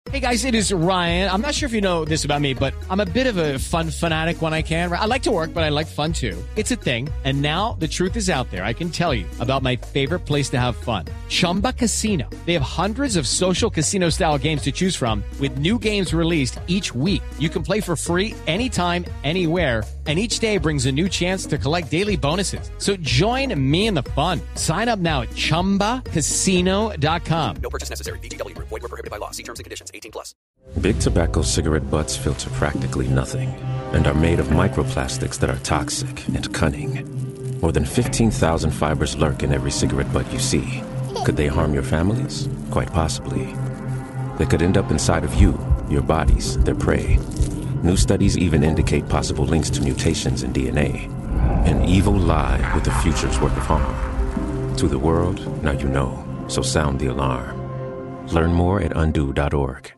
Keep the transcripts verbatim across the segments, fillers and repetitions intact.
Hey guys, it is Ryan. I'm not sure if you know this about me, but I'm a bit of a fun fanatic when I can. I like to work, but I like fun too. It's a thing. And now the truth is out there. I can tell you about my favorite place to have fun. Chumba Casino. They have hundreds of social casino style games to choose from with new games released each week. You can play for free anytime, anywhere. And each day brings a new chance to collect daily bonuses. So join me in the fun. Sign up now at chumba casino dot com. No purchase necessary. V G W. Void where prohibited by law. See terms and conditions. eighteen plus. Big tobacco cigarette butts filter practically nothing and are made of microplastics that are toxic and cunning. More than fifteen thousand fibers lurk in every cigarette butt you see. Could they harm your families? Quite possibly. They could end up inside of you, your bodies, their prey. New studies even indicate possible links to mutations in D N A. An evil lie with a future's worth of harm. To the world, now you know, so sound the alarm. Learn more at undo dot org.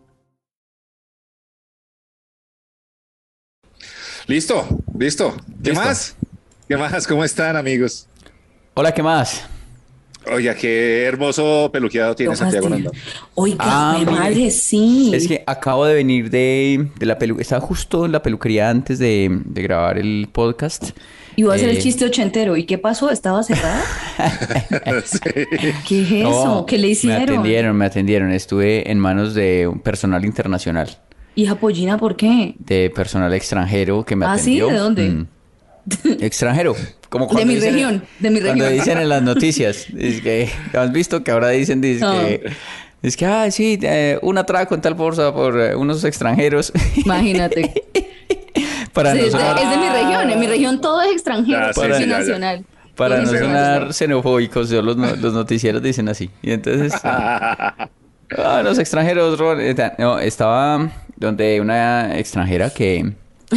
Listo, listo. ¿Qué Listo. más? ¿Qué más? ¿Cómo están, amigos? Hola, ¿qué más? Oiga, qué hermoso peluqueado tiene Santiago Nanda. Oiga, Ah, mi mire. madre, sí. Es que acabo de venir de, de la peluquería. Estaba justo en la peluquería antes de, de grabar el podcast. Iba a hacer Eh, el chiste ochentero. ¿Y qué pasó? ¿Estaba cerrada? Sí. ¿Qué es eso? no, ¿Qué le hicieron? Me atendieron, me atendieron. Estuve en manos de un personal internacional, Hija pollina, ¿por qué? de personal extranjero que me ¿Ah, sí? atendió. ¿De dónde? Mm. Extranjero. Como De cuando mi dicen- región, de mi Cuando región. dicen en las noticias, es que, ¿has visto que ahora dicen, dice Ah. que, es que, ah, sí, eh, un atraco en tal bolsa por eh, unos extranjeros. Imagínate. Para Sí, no es, de, sonar, es de mi región. En mi región todo es extranjero, Ya, sí, todo es sí, ya, ya. nacional. para Todo no es sonar xenofóbicos, yo los, no- los noticieros dicen así. Y entonces, ah, ah, los extranjeros, roban, eh, ta- no, estaba donde una extranjera que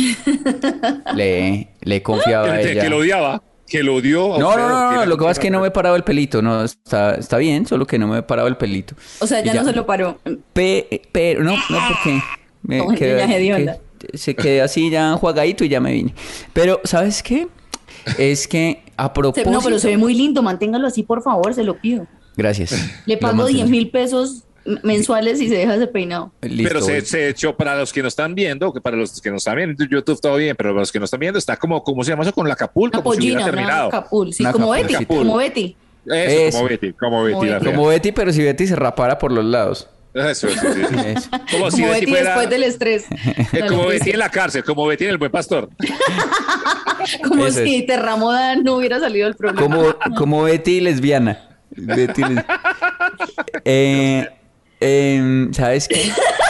le, le confiaba a Que, ella. que lo odiaba, que lo odió. a No, usted, no, no, no, tiene- lo que pasa es que no me he parado el pelito, no, está, está bien, solo que no me he parado el pelito. O sea, Y ya, no se lo paró. Pe- pero, no, no, porque me Como quedé- niña hedionda. que- se quedé así ya jugadito y ya me vine. Pero, ¿sabes qué? Es que a Se- propósito... No, pero se ve muy lindo. Manténgalo así, por favor, se lo pido. Gracias. Le Lo pago mantendré. diez mil pesos mensuales y se deja ese peinado. Listo, Pero se, voy. se echó para los que no están viendo, que para los que no están viendo en YouTube todo bien, pero para los que no están viendo está como, ¿cómo se llama eso? Con la Acapulco, Una como si hubiera pollina, una terminado. capul. Sí, Una como capul. Betty, Capul. como Betty. Eso, Eso. como Betty, como Betty. Como la Betty. fea. Como Betty, pero si Betty se rapara por los lados. Eso, eso, sí, sí, sí. Eso. Como si Como Betty Betty fuera... después del estrés. eh, Dale, como pues. Betty en la cárcel, como Betty en El Buen Pastor. Como Eso si es. Terramoda no hubiera salido del programa. Como, como Betty lesbiana. Betty les- Eh, em, ¿sabes qué?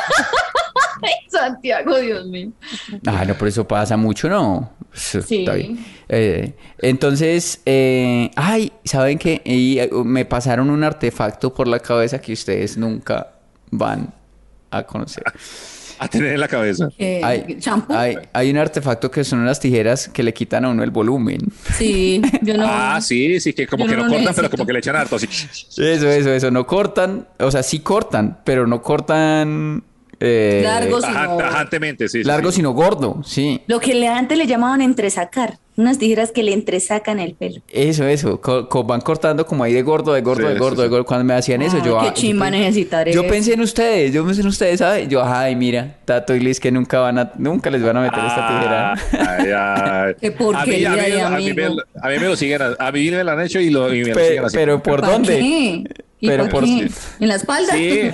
Santiago, Dios mío. Ah, no, pero eso pasa mucho, ¿no? Sí. Está bien. Eh, entonces, eh, ay, ¿saben qué? Y, eh, me pasaron un artefacto por la cabeza que ustedes nunca van a conocer. A tener en la cabeza. Eh, Hay, ¿Champú? hay, hay un artefacto que son unas tijeras que le quitan a uno el volumen. Sí, yo no. Ah, sí, sí, que como Yo que no no lo cortan, pero necesito. como que le echan harto, así. Eso, eso, eso. No cortan, o sea, sí cortan, pero no cortan eh, Largo, sino- Tajan- Tajantemente, sí. sí, largo, sí. sino gordo, sí. Lo que le antes le llamaban entresacar. Unas tijeras que le entresacan el pelo. Eso, eso. Co- co- van cortando como ahí de gordo, de gordo, Sí, de gordo, sí, de sí. gordo. Cuando me hacían eso, Ay, yo... qué ah, chimba yo pe- necesitar Yo eso. pensé en ustedes, yo pensé en ustedes, ¿sabes? Yo, ay, mira, Tato y Liz que nunca van a... Nunca les van a meter esta tijera. Ay, ay. Qué porquería a mí, a mí, de a mí me, amigo. a mí me lo siguen, a mí me lo han hecho y, lo, y me lo Pe- siguen haciendo. pero ¿por ¿Para dónde? qué? ¿Y Pero por por- qué? ¿En la espalda? Sí. Ey,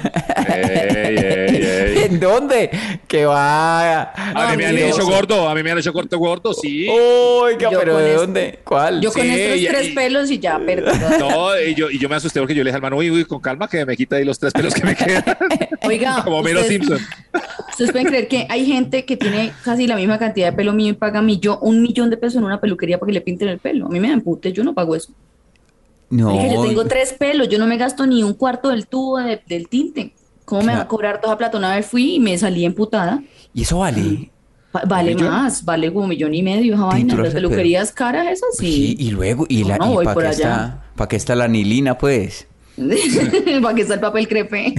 ey, ey. ¿En dónde? Que va... A mí me han amigo. hecho gordo, a mí me han hecho corto gordo, sí. Oiga, Yo pero con ¿de esto- dónde? ¿Cuál? Yo con Sí, estos y- tres y- pelos y ya, perdón. No, y yo, y yo me asusté porque yo le dije al mano, uy, uy, con calma que me quita ahí los tres pelos que me quedan. Oiga, Como Mero ustedes- Simpson. Ustedes pueden creer que hay gente que tiene casi la misma cantidad de pelo mío y paga millón, un millón de pesos en una peluquería para que le pinten el pelo. A mí me dan pute, yo no pago eso. No. Oiga, yo tengo tres pelos, yo no me gasto ni un cuarto del tubo de- del tinte. ¿Cómo me van a Claro. cobrar toda plata? Una vez fui y me salí emputada. ¿Y eso vale? Va- vale ¿Millón? más, vale como un millón y medio esa vaina. Pinturas Las de pelo. peluquerías caras, esas Sí, sí. y luego, y, Yo la, no y voy ¿para por qué allá. está, para qué está la anilina, pues? ¿Para qué está el papel crepe?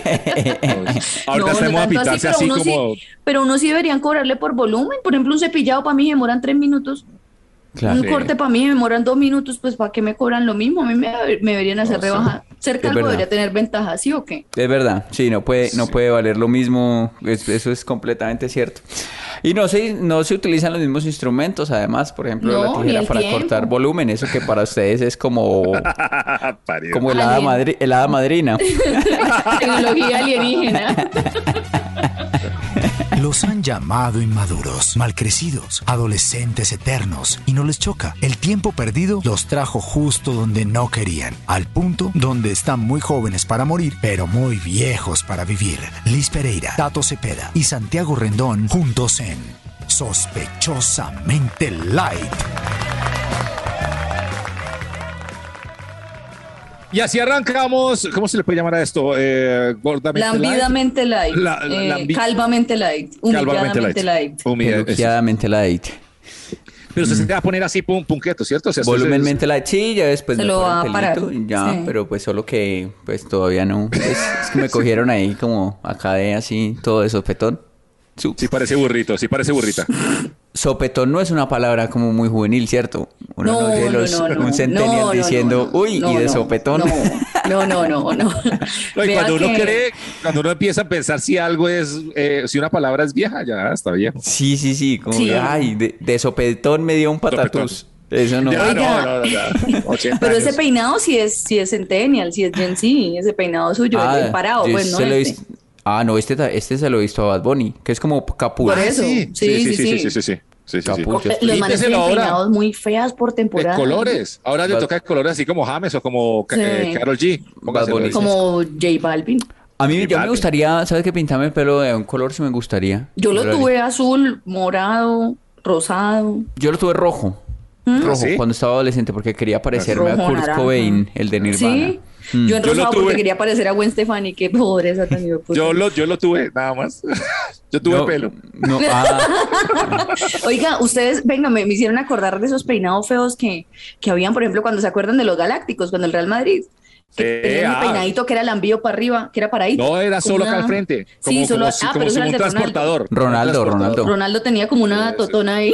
Ahorita No, estamos no a tanto pintarse pero así uno sí- como... pero uno sí deberían cobrarle por volumen. Por ejemplo, un cepillado para mí demoran tres minutos. Claro. Un Sí. corte para mí me demoran dos minutos, pues ¿para qué me cobran lo mismo? A mí me, me deberían hacer No, sí. rebaja. Ser calvo verdad. debería tener ventaja, ¿sí o qué? Es verdad, sí, no puede, no Sí. puede valer lo mismo, es- eso es completamente cierto. Y no se, no se utilizan los mismos instrumentos, además, por ejemplo, No, la ni tijera el para tiempo. cortar volumen, eso que para ustedes es como, Parido. como el hada, Alien. madri- el hada madrina. Tecnología alienígena. Los han llamado inmaduros, malcrecidos, adolescentes eternos, y no les choca. El tiempo perdido los trajo justo donde no querían, al punto donde están muy jóvenes para morir, pero muy viejos para vivir. Liz Pereira, Tato Cepeda y Santiago Rendón juntos en Sospechosamente Light. Y así arrancamos. ¿Cómo se le puede llamar a esto? Eh, gordamente light. Lambidamente light. La- la- eh, lambi- calvamente light. Calvamente Humilladamente light. Humilla- es- Elogiadamente light. Pero usted se va a poner así pum, punqueto, ¿cierto? O sea, usted se- Volumenmente light, sí, ya después Se me lo ponen va a parar, pelito y ya, sí. pero pues solo que pues todavía no. Pues, es que me cogieron ahí como acá de así, todo de sopetón. Su- Sí parece burrito, sí parece burrita. Sopetón no es una palabra como muy juvenil, ¿cierto? Uno no, No, oye no, los, no, no. un centennial No, no, diciendo, no, no. uy, No, y de no, sopetón. No, no, no, no. no. No, y Vea cuando uno que- cree, cuando uno empieza a pensar si algo es, eh, si una palabra es vieja, ya está viejo. Sí, sí, sí, como Sí. que, ay, de, de sopetón me dio un patatús. Eso no. Ya, Oiga. no, no, no, ya. ochenta Pero ese años. peinado sí es, sí es centennial, sí es Gen Z, ese peinado suyo, Ah, el parado, yo pues, ¿no? se lo he Este. visto- Ah, no, este, ta- este se lo he visto a Bad Bunny, que es como capul. Por eso. Sí, sí, sí, sí, sí, sí, sí, sí, sí, sí, sí. Capullo. Eh, Los manes Quíteselo tienen ahora. peinados muy feas por De temporada. colores. Ahora le Bad- toca de colores así como James o como Sí. eh, Karol G. Póngaselo Bunny. ahí. Como J Balvin. A mí Sí, yo me vale. gustaría, ¿sabes qué? Pintarme el pelo de un color si me gustaría. Yo lo Pero- tuve azul, morado, rosado. Yo lo tuve rojo. Rojo, ¿Sí? cuando estaba adolescente, porque quería parecerme Rojo, a Kurt naranja. Cobain, el de Nirvana. Sí. Mm. Yo en Yo lo rosado tuve. porque quería parecer a Gwen Stefani. Qué pobreza tan hijo de puta. Yo lo, yo lo tuve, nada más. Yo tuve No, pelo. No, ah, Oiga, ustedes, venga, me, me hicieron acordar de esos peinados feos que, que habían, por ejemplo, cuando se acuerdan de los Galácticos, cuando el Real Madrid. Que Sí, tenían ah. un peinadito que era lambío para arriba, que era paradito. No, era como solo una- acá al frente. Como, Sí, solo. como, si- ah, como pero si eso era un el de Ronaldo. transportador. Ronaldo, Un transportador. Ronaldo. Ronaldo tenía como una Sí, sí. totona ahí.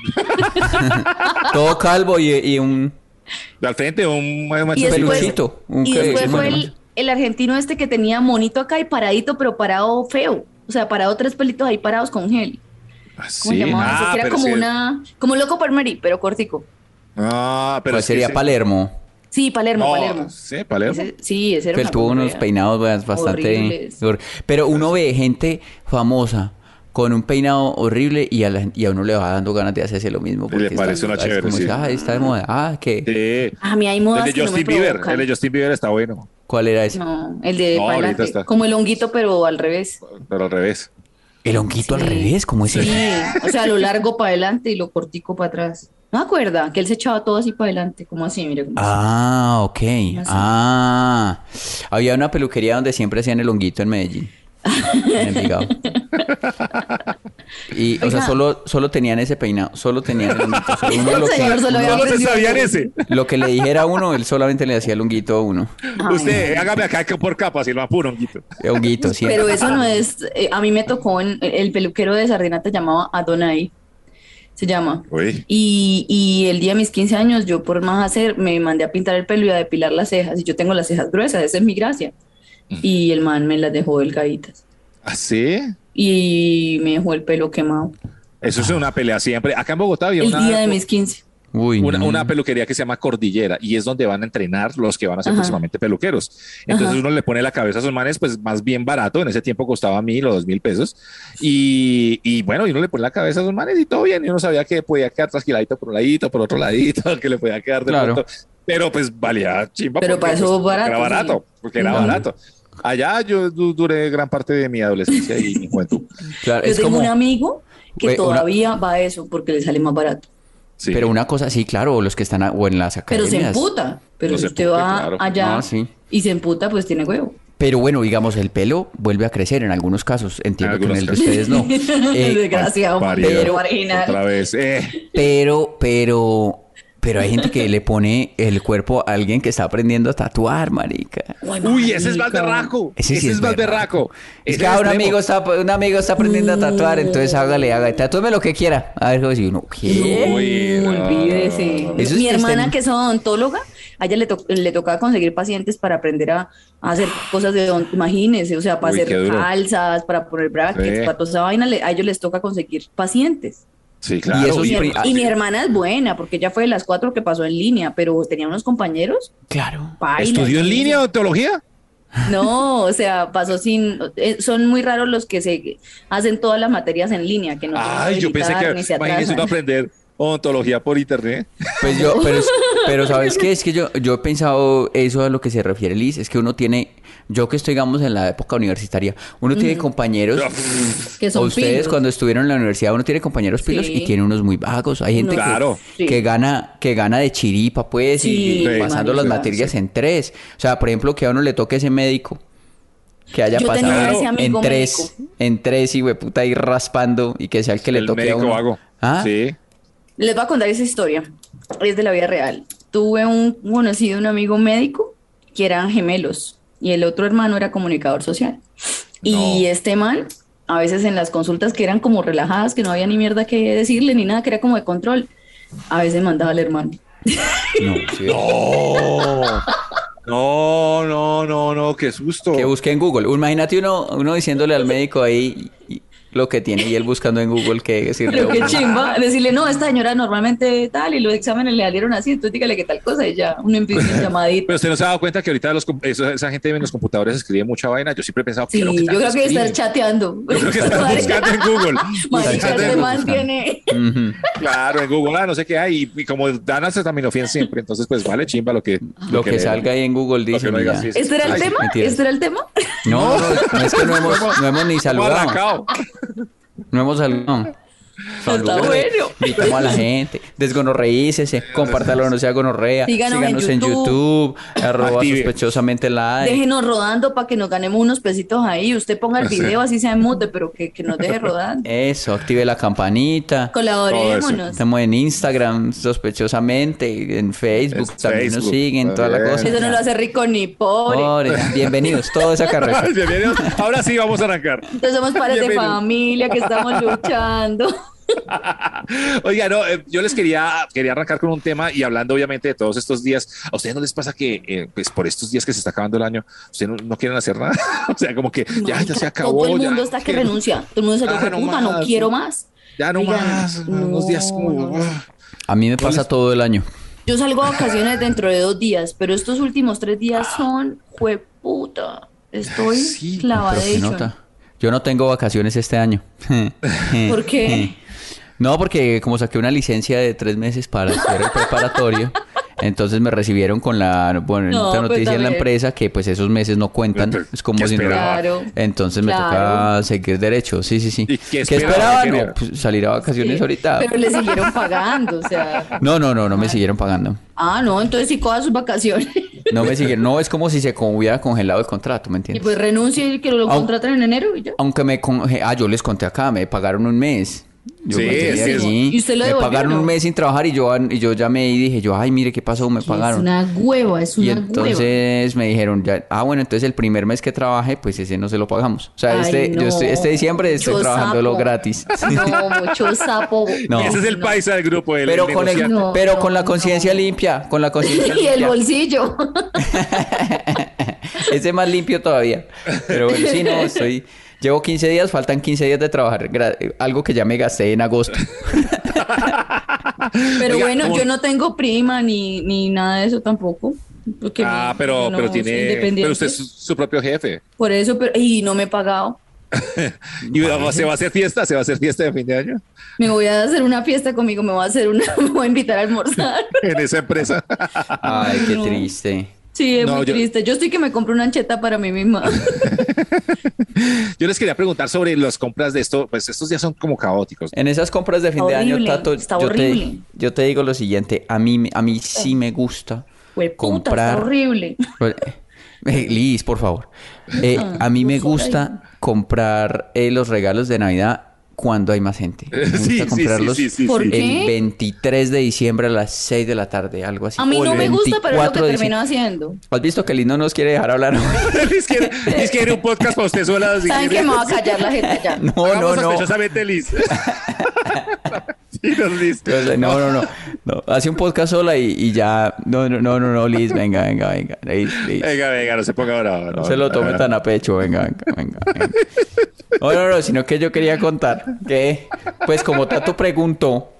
todo calvo y, y un De al frente, un macho Y después, peluchito, un y que- después sí, fue bueno, el, el argentino este que tenía monito acá y paradito, pero parado feo. O sea, parado tres pelitos ahí parados con gel. ¿Cómo Sí. se llamaba Ah, eso? Que era pero como sí. una. Como loco Palmeri, pero cortico. Ah, pero ¿cuál es que sería sí. Palermo? Sí, Palermo, No, Palermo. sí, Palermo. Ese- sí, ese era Que él una tuvo unos gonorrea. peinados pues, bastante... Horribles. hor- Pero uno ve gente famosa con un peinado horrible y a, la- y a uno le va dando ganas de hacerse lo mismo. Y le porque parece una es chévere, como sí. que, ah, está de moda. Ah, ¿qué? Sí. A mí hay modas El de que no me Justin Bieber. provocan. El de Justin Bieber está bueno, ¿Cuál era ese? No, el de No, pa' ahorita adelante. está. Como el honguito, pero al revés. pero al revés. El honguito al Sí. revés, ¿cómo es Sí, eso? o sea, lo largo para adelante y lo cortico para atrás. ¿No me acuerda? Que él se echaba todo así para adelante, como así, mire. Como así. Ah, ok. Ah. Había una peluquería donde siempre hacían el honguito en Medellín. En Envigado. Y, o sea, Oiga. solo, solo tenían ese peinado. Solo tenían el honguito. Solo uno lo, El señor que, solo había ¿Cómo se aprendido sabían todo. ese? lo que le dijera a uno, él solamente le hacía el honguito a uno. Ay, Usted, hágame acá que por capas y lo apuro, honguito. El honguito, siempre. Pero eso no es. eh, a mí me tocó en el peluquero de Sardinata, llamaba Adonai. Se llama. Uy. Y, y el día de mis quince años, yo por más hacer, me mandé a pintar el pelo y a depilar las cejas. Y yo tengo las cejas gruesas, esa es mi gracia. Y el man me las dejó delgaditas. ¿Ah, sí? Y me dejó el pelo quemado. Eso es una pelea siempre. Acá en Bogotá había El una, día de mis quince. Uy, una, no. una peluquería que se llama Cordillera y es donde van a entrenar los que van a ser Ajá. próximamente peluqueros. Entonces Ajá. uno le pone la cabeza a esos manes, pues más bien barato. En ese tiempo costaba mil o dos mil pesos. Y, y bueno, y uno le pone la cabeza a esos manes y todo bien. Y uno sabía que podía quedar trasquiladito por un ladito, por otro ladito, que le podía quedar de Claro. pronto. Pero pues valía chimba. Pero porque, para eso pues, porque barato, Era barato, sí. porque era Ujú. barato. Allá yo du- duré gran parte de mi adolescencia y mi juventud. Claro, Yo es tengo como... un amigo que Güey, una- todavía va a eso porque le sale más barato. Sí. Pero una cosa, sí, claro, los que están a- o en las Pero academias. se emputa. Pero No si se usted emputa, va claro. allá Ah, sí. y se emputa, pues tiene huevo. Pero bueno, digamos, el pelo vuelve a crecer en algunos casos. Entiendo En que en algunos el de casos. ustedes no. Eh, Desgraciado, Parido. pero marginal. Otra vez. Eh. pero, pero, Pero hay gente que le pone el cuerpo a alguien que está aprendiendo a tatuar, marica. Uy, ese es más berraco. Ese Ese, sí es es más berraco. berraco. Es Ese que ahora un extremo. amigo, está, un amigo está aprendiendo a tatuar, entonces hágale, haga. Tatúeme lo que quiera. A ver, si uno, ¿qué? Uy, no. Olvídese. Eso es Mi que hermana, estén- que es odontóloga, a ella le, to- le tocaba conseguir pacientes para aprender a, a hacer cosas de odonto. Imagínense, o sea, para Uy, qué hacer duro. calzas, para poner brackets, Sí. para toda esa vaina, le- a ellos les toca conseguir pacientes. Sí, claro. Y esos Y, pri- y mi hermana es buena, porque ella fue de las cuatro que pasó en línea, pero tenía unos compañeros. Claro. paila, ¿Estudió en sí. línea odontología? No, o sea, pasó sin. eh, Son muy raros los que se hacen todas las materias en línea, que no tienen Ay, yo pensé habilitar que ni se imagínese uno atrasan. aprender odontología por internet. Pues yo, pero, es- pero ¿sabes qué? Es que yo, yo he pensado eso a lo que se refiere Liz, es que uno tiene, yo que estoy, digamos, en la época universitaria, uno tiene compañeros, Que son o ustedes pilos. cuando estuvieron en la universidad, uno tiene compañeros pilos Sí. y tiene unos muy vagos. Hay gente No. que, Claro. Sí. que gana, que gana de chiripa, pues, y, Sí, y pasando las marica, materias en tres. O sea, por ejemplo, que a uno le toque ese médico que haya Yo tenía pasado ese en amigo tres, médico. en tres y puta ahí raspando y que sea el que le El toque a médico uno. vago. ¿Ah? Sí. Les voy a contar esa historia. Es de la vida real. Tuve un conocido, un amigo médico, que eran gemelos. Y el otro hermano era comunicador social. Y este man, a veces en las consultas que eran como relajadas, que no había ni mierda que decirle, ni nada, que era como de control, a veces mandaba al hermano. No, sí. No, no, no, no, qué susto. Que busque en Google. Imagínate uno, uno diciéndole al médico ahí y- lo que tiene y él buscando en Google qué decirle. Pero qué chimba. Decirle, no, esta señora normalmente tal, y los exámenes le salieron así, entonces dígale que tal cosa, y ya, uno empieza una llamadita. Pero usted no se ha dado cuenta que ahorita los, com- eso- esa gente en los computadores escribe mucha vaina. Yo siempre he pensado que Sí, lo que yo tanto creo que debe estar escriben. chateando. Yo creo que están buscando en Google. Marica, Buscando en este Google. man tiene... Ujú. Claro, en Google, ah, no sé qué hay. Y, y como dan acetaminofén siempre, entonces pues vale chimba lo que... Lo que le- salga ahí en Google lo que dice. uno diga, ya. sí, sí. ¿Este era el Ay, sí, tema? mentira. ¿Este era el tema? No, no, no es que no hemos, no hemos ni ¿Cómo saludado. arrancado? No hemos saludado. Está bueno. Invitamos a la gente. Desgonorreícese, compártalo, no sea gonorrea. Síganos en Síganos en YouTube. YouTube. Arroba Active. sospechosamente like. Déjenos rodando para que nos ganemos unos pesitos ahí. Usted ponga el video, así sea en mute, pero que, que nos deje rodando. Eso, active la campanita. Colaborémonos. Estamos en Instagram, sospechosamente, en Facebook, Es también nos Facebook, siguen, toda la también. cosa. Eso no lo hace rico ni pobre. Pobre. Bienvenidos, toda esa carrera. Bienvenidos. Ahora sí, vamos a arrancar. Entonces somos padres de Bienvenido. familia que estamos luchando. Oiga, no, eh, yo les quería, quería arrancar con un tema y hablando obviamente de todos estos días. ¿A ustedes no les pasa que, eh, pues por estos días que se está acabando el año, ustedes no, no quieren hacer nada? O sea, como que ya, ya Marica, se acabó. Todo el ya, mundo está que que- renuncia. Todo el mundo se Ah, dice, no puta, no más. quiero más. Ya no Oigan, más, unos días como... no, no. ah. A mí me pasa todo el año. Yo salgo a vacaciones dentro de dos días, pero estos últimos tres días son jueputa. Estoy Sí, Pero clavada se nota. Yo no tengo vacaciones este año. ¿Por qué? No, porque como saqué una licencia de tres meses para hacer el preparatorio, entonces me recibieron con la bueno, No, esta pues, noticia en la también. empresa que pues esos meses no cuentan. Pero, Es como ¿qué si no. esperaba? Claro. Entonces me Claro. toca seguir derecho. Sí, sí, sí. ¿Y qué ¿Qué esperaba? esperaba? ¿Qué No, era? pues, salir a vacaciones Sí, ahorita. Pero le siguieron pagando, o sea. No, no, no, no me siguieron pagando. Ah, no, entonces sí coja sus vacaciones. No me siguieron. No, es como si se con- hubiera congelado el contrato, ¿me Y entiendes? pues renuncie y que lo Au. contraten en enero y ya. Aunque me conge... Ah, yo les conté acá, me pagaron un mes. Yo Sí, conté es que es- aquí, ¿Y usted lo me devolvió, pagaron no? un mes sin trabajar y yo, y yo llamé y dije, yo, ay, mire, ¿qué pasó? Me pagaron. Es una hueva, es una Y hueva. entonces me dijeron, ya, ah, bueno, entonces el primer mes que trabaje, pues ese no se lo pagamos. O sea, Ay, este, no. yo estoy, este diciembre estoy Mucho trabajándolo sapo. gratis. No, mucho sapo. No. Ese es el paisa del grupo. El, Pero el con, el- negociante. No, pero no, con la no. conciencia limpia, con la conciencia Y el limpia. bolsillo. Ese más limpio todavía. Pero bueno, sí, no, estoy... Llevo quince días, faltan quince días de trabajar. gra- Algo que ya me gasté en agosto. Pero Oiga, bueno, ¿cómo- yo no tengo prima ni, ni nada de eso tampoco. Porque Ah, mi- pero, yo no pero soy tiene... independiente. Pero usted es su, su propio jefe. Por eso, pero, y no me he pagado. ¿Y se va a hacer fiesta? ¿Se va a hacer fiesta de fin de año? Me voy a hacer una fiesta conmigo, me voy a hacer una, me voy a invitar a almorzar. En esa empresa. Ay, qué No. triste. Sí, es No, muy yo- triste. Yo estoy que me compro una ancheta para mí misma. Yo les quería preguntar sobre las compras de esto. Pues estos días son como caóticos. En esas compras de fin de año, Horrible, Tato, está yo te, horrible. yo te digo lo siguiente. A mí, a mí sí me gusta Güey, puta, comprar... está horrible. Eh, Liz, por favor. Eh, a mí me gusta comprar eh, los regalos de Navidad cuando hay más gente. Me gusta Sí, sí, comprarlos sí, sí, sí, ¿Por sí. qué? el veintitrés de diciembre a las seis de la tarde, algo así. A mí O no el me gusta, pero es lo veinticuatro que de termino diciembre. haciendo. ¿Has visto que Liz no nos quiere dejar hablar? Es que, es que era un podcast para usted sola. si ¿Saben quiere. que me va a callar la jeta ya? No, no, Hagamos no. sospechosamente Liz. Sí, no, Liz. Entonces, no, no, no, no. Hace un podcast sola y, y ya. No, no, no, no, no, Liz, venga, venga, venga. Liz, Liz. Venga, venga, no se ponga bravo. No se lo tome tan a pecho, venga, venga, venga, venga. No, no, no, sino que yo quería contar que, pues como Tato preguntó,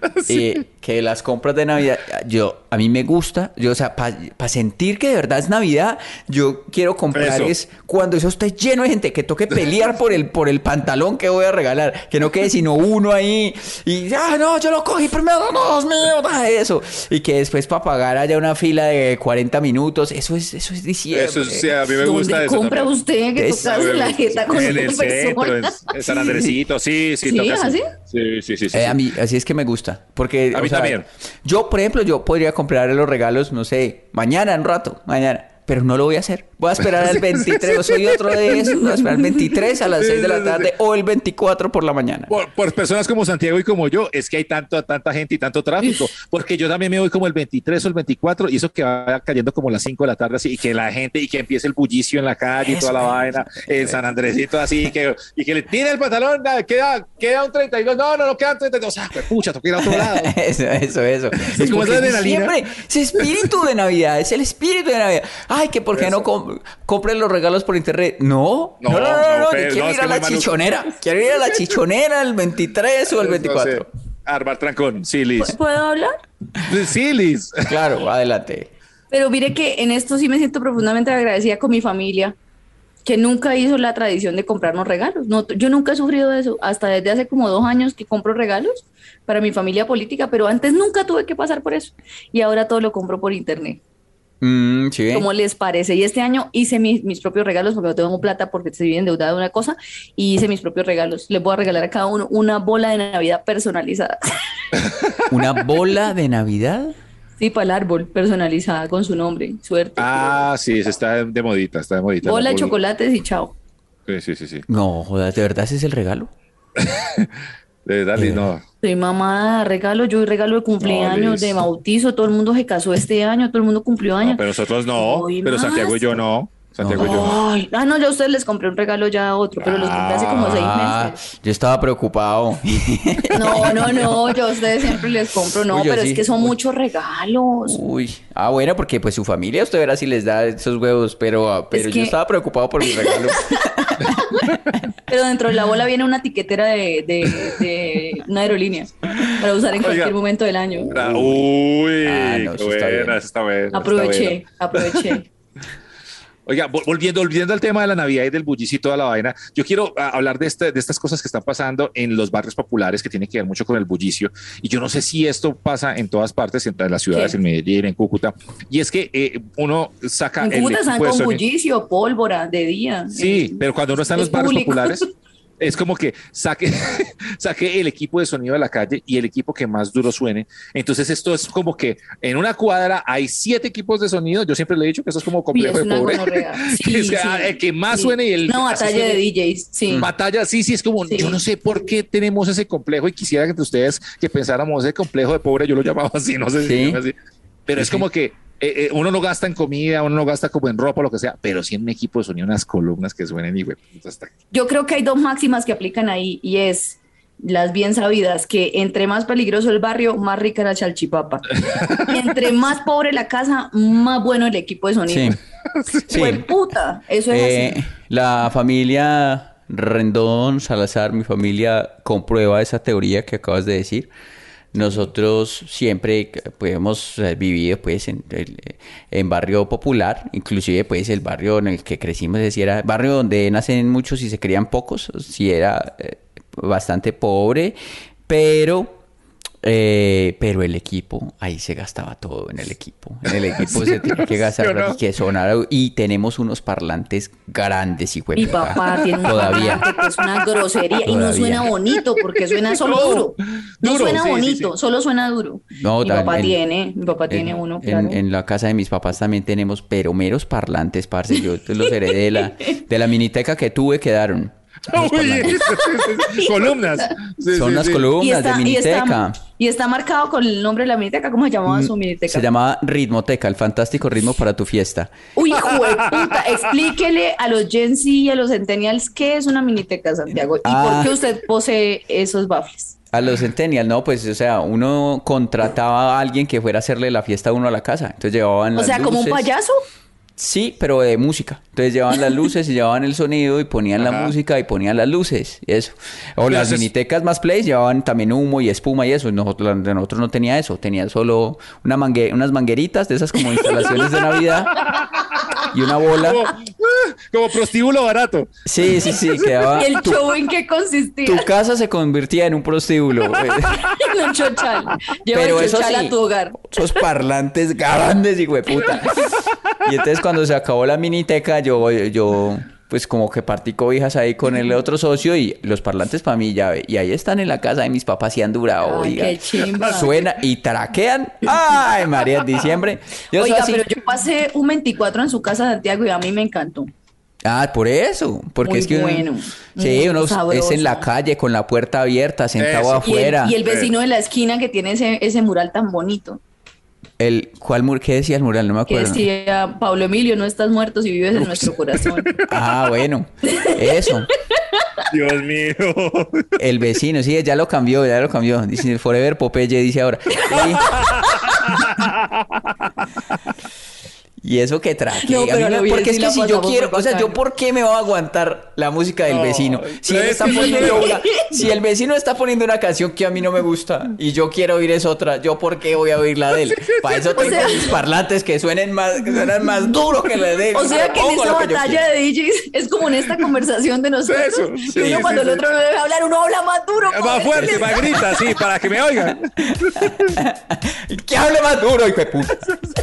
eh, que las compras de Navidad, yo, a mí me gusta, yo, o sea, para sentir que de verdad es Navidad, yo quiero comprar Eso. es cuando eso esté lleno de gente, que toque pelear por el, por el pantalón que voy a regalar, que no quede sino uno ahí, y, ah, no, yo lo cogí primero, no, es mío, da eso, y que después para pagar haya una fila de cuarenta minutos, eso es, eso es diciembre. Eso sí, a mí me gusta ¿Dónde eso. compra también. usted que Es- tocarse la jeta con En otra el centro, en, persona? en San Andresito, sí, sí, ¿Sí? toca ¿Así? Sí, sí, sí. sí, Eh, sí. a mí, así es que me gusta. Porque, A mí o sea, también. yo, por ejemplo, yo podría comprar los regalos, no sé, mañana, en un rato, mañana. Pero no lo voy a hacer. Voy a esperar al veintitrés. Yo soy otro de esos. Voy a esperar al veintitrés a las Sí, seis de sí, la sí, tarde sí. o el veinticuatro por la mañana. Por, por personas como Santiago y como yo, es que hay tanto, tanta gente y tanto tráfico, porque yo también me voy como el veintitrés o el veinticuatro y eso que va cayendo como las cinco de la tarde así y que la gente y que empiece el bullicio en la calle y Eso, toda la eso, vaina en San Andresito así y que, y que le tire el pantalón, nada, queda, queda un treinta y dos, no, no, no quedan treinta y dos, ah, pues, pucha, toca ir a otro lado. Eso, eso, eso. Es como esa adrenalina. Siempre, ese espíritu de Navidad, es el espíritu de Navidad. Ay, que por qué no com- compren los regalos por internet. No, no, No, no, no, no, no, yo pero quiero no, ir es a que la muy maluco. chichonera. Quiero ir a la chichonera el veintitrés o el veinticuatro. No sé, armar trancón, sí, Liz. ¿Puedo hablar? Sí, Liz. Claro, adelante. Pero mire que en esto sí me siento profundamente agradecida con mi familia, que nunca hizo la tradición de comprarnos regalos. No, yo nunca he sufrido de eso, hasta desde hace como dos años que compro regalos para mi familia política, pero antes nunca tuve que pasar por eso. Y ahora todo lo compro por internet. Mm, sí. ¿Cómo les parece? Y este año hice mis, mis propios regalos porque no tengo plata porque estoy endeudada de una cosa y hice mis propios regalos. Les voy a regalar a cada uno una bola de Navidad personalizada. ¿Una bola de Navidad? Sí, para el árbol, personalizada con su nombre, suerte. Ah, sí, ese está de modita, está de modita. bola de La chocolates y chao. Sí, sí, sí, sí. No, joder, ¿de verdad ese es el regalo? De verdad, Liz, no. Soy mamá, regalo, yo regalo de cumpleaños, Liz. de bautizo, todo el mundo se casó este año, todo el mundo cumplió años. No, pero nosotros no, Hoy pero más. Santiago y yo no. Santiago y yo no. Ay, ah, no, yo a ustedes les compré un regalo ya a otro, pero los compré hace como seis Ah, meses. yo estaba preocupado. No, no, no, yo a ustedes siempre les compro, no, Uy, yo pero sí. es que son muchos regalos. Uy, ah, bueno, porque pues su familia usted verá si les da esos huevos, pero, ah, pero Es yo que- estaba preocupado por mi regalo. Pero dentro de la bola viene una etiquetera de, de, de una aerolínea para usar en cualquier Oiga. momento del año. Ah, Uy, Ah, no, qué eso está bien. buena, eso está buena, está Aproveché, buena. aproveché. Oiga, vol- volviendo, volviendo al tema de la Navidad y del bullicio y toda la vaina, yo quiero ah, hablar de, este, de estas cosas que están pasando en los barrios populares que tienen que ver mucho con el bullicio. Y yo no sé si esto pasa en todas partes, en, en las ciudades, ¿Qué? en Medellín, en Cúcuta. Y es que eh, uno saca En el Cúcuta están equipo de con sonido. bullicio, pólvora, de día. Sí, Eh, pero cuando uno está en es los barrios público. populares, es como que saque, saque el equipo de sonido de la calle y el equipo que más duro suene. Entonces esto es como que en una cuadra hay siete equipos de sonido. Yo siempre le he dicho que eso es como Uy, complejo es de una pobre. gonorrea. Sí, Es que, sí, ah, el que más sí. suene y el Una así batalla de suene. D Js, sí. Batalla, sí, sí, es como, Sí. yo no sé por qué tenemos ese complejo y quisiera que entre ustedes que pensáramos ese complejo de pobre, yo lo llamaba así, no sé si Sí. se llama así. Pero es como que eh, eh, uno no gasta en comida, uno no gasta como en ropa, lo que sea, pero sí en un equipo de sonido, unas columnas que suenen y güey, pues, hasta- Yo creo que hay dos máximas que aplican ahí y es las bien sabidas, que entre más peligroso el barrio, más rica la chalchipapa. Y entre más pobre la casa, más bueno el equipo de sonido. Sí. Sí. Pues puta, eso es Eh, así. la familia Rendón Salazar, mi familia, comprueba esa teoría que acabas de decir. Nosotros siempre pues, hemos eh, vivido pues en, el- en barrio popular, inclusive pues el barrio en el que crecimos, es decir, era barrio donde nacen muchos y se crían pocos, sí era eh, bastante pobre, pero eh, pero el equipo, ahí se gastaba todo en el equipo. En el equipo se tenía que gastar ¿sí o no? y que sonara, y tenemos unos parlantes grandes y Mi papá tiene un todavía. parlante que es una grosería y no Todavía. suena bonito porque suena solo No, duro. No duro, suena sí, sí, bonito, sí. solo suena duro. No, mi tan- papá en- tiene, mi papá tiene en, uno, en- claro. en la casa de mis papás también tenemos, pero meros parlantes, parce. Yo los heredé de la, de la miniteca que tuve, quedaron. Uy, columnas. Sí, Son sí, las sí. columnas Y está, de y, Miniteca. está, y está marcado con el nombre de la miniteca. ¿Cómo se llamaba su miniteca? Se llamaba Ritmoteca, el fantástico ritmo para tu fiesta. Uy, hijo de puta, explíquele a los Gen Z y a los Centennials qué es una miniteca, Santiago, y Ah. por qué usted posee esos baffles. A los Centennial, no, pues, o sea, uno contrataba a alguien que fuera a hacerle la fiesta a uno a la casa. Entonces llevaban O las sea, como un luces. payaso. Sí, pero de música. Entonces llevaban las luces y llevaban el sonido y ponían la Ajá. música y ponían las luces y eso. O Pero las eso es- minitecas más plays llevaban también humo y espuma y eso. Nosotros, la de nosotros no tenía eso. Tenía solo una mangue- unas mangueritas de esas como instalaciones de Navidad y una bola. Como, ah, como prostíbulo barato. Sí, sí, sí, quedaba... ¿Y el tu, show en qué consistía? tu casa se convertía en un prostíbulo. En un chochal. Lleva Pero el eso chochal sí, a tu hogar. esos parlantes grandes, hijo de puta. Y entonces cuando se acabó la miniteca, yo, yo pues como que partí cobijas ahí con el otro socio y los parlantes para mí ya, y ahí están en la casa de mis papás y han durado, Ay, oiga. qué chimba. Suena y traquean. Ay, María, en diciembre. Yo soy Oiga, así. pero yo pasé un veinticuatro en su casa, Santiago, y a mí me encantó. Ah, por eso. Porque Muy es que uno- bueno, sí, muy uno es sabroso. en la calle con la puerta abierta, sentado Eso. Y el, afuera. y el vecino de la esquina que tiene ese, ese mural tan bonito. El, ¿cuál mur ¿Qué decía el mural? No me Que acuerdo. decía, Pablo Emilio, no estás muerto si vives en nuestro corazón. Ah, bueno. Eso. Dios mío. El vecino, sí, ya lo cambió, ya lo cambió. Dice Forever Popeye, dice ahora. Y, y eso que traje. No, pero lo bien porque es sí que la si yo pasamos quiero, por o sea, yo bacano. por qué me voy a aguantar la música del No, vecino. Si pero él es está que yo poniendo no- una, si el vecino está poniendo una canción que a mí no me gusta y yo quiero oír es otra, yo por qué voy a oír la de él. Para eso tengo sea- mis parlantes que suenen más, que suenan más duro que la de él. O sea que en Pongo esa lo que yo batalla quiero. de D Js es como en esta conversación de nosotros. Eso, que sí, uno sí, cuando sí. el otro no debe hablar, uno habla más duro. Más como fuerte, él. más grita, sí, para que me oigan. Que hable más duro, hijo de puta.